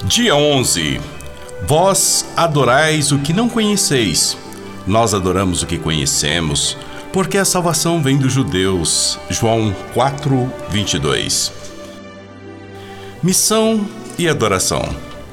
Dia 11. Vós adorais o que não conheceis. Nós adoramos o que conhecemos, porque a salvação vem dos judeus. João 4:22. Missão e adoração.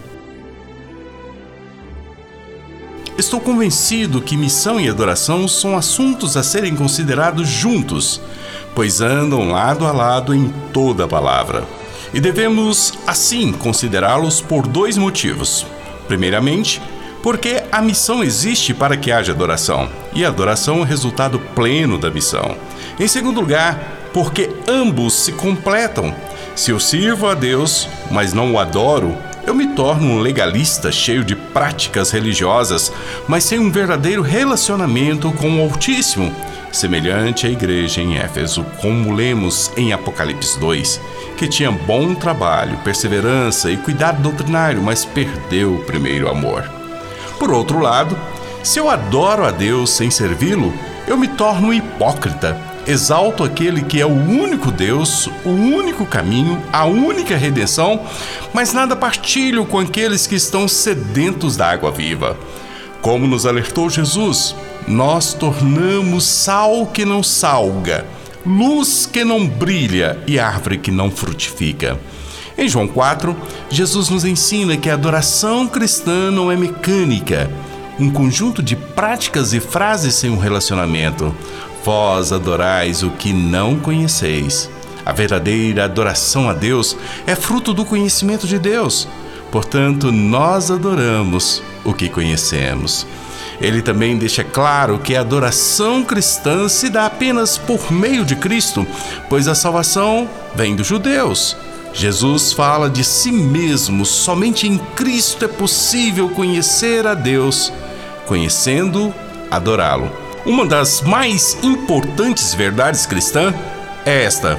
Estou convencido que missão e adoração são assuntos a serem considerados juntos, pois andam lado a lado em toda a palavra. E devemos, assim, considerá-los por dois motivos. Primeiramente, porque a missão existe para que haja adoração, e a adoração é o resultado pleno da missão. Em segundo lugar, porque ambos se completam. Se eu sirvo a Deus, mas não o adoro, eu me torno um legalista cheio de práticas religiosas, mas sem um verdadeiro relacionamento com o Altíssimo, semelhante à igreja em Éfeso, como lemos em Apocalipse 2, que tinha bom trabalho, perseverança e cuidado doutrinário, mas perdeu o primeiro amor. Por outro lado, se eu adoro a Deus sem servi-lo, eu me torno um hipócrita. Exalto aquele que é o único Deus, o único caminho, a única redenção, mas nada partilho com aqueles que estão sedentos da água viva. Como nos alertou Jesus, nós tornamos sal que não salga, luz que não brilha e árvore que não frutifica. Em João 4, Jesus nos ensina que a adoração cristã não é mecânica, um conjunto de práticas e frases sem um relacionamento. Vós adorais o que não conheceis. A verdadeira adoração a Deus é fruto do conhecimento de Deus. Portanto, nós adoramos o que conhecemos. Ele também deixa claro que a adoração cristã se dá apenas por meio de Cristo, pois a salvação vem dos judeus. Jesus fala de si mesmo, somente em Cristo é possível conhecer a Deus, conhecendo, adorá-lo. Uma das mais importantes verdades cristãs é esta: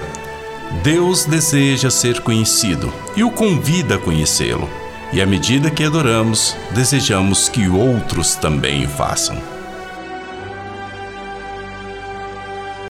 Deus deseja ser conhecido e o convida a conhecê-lo. E à medida que adoramos, desejamos que outros também o façam.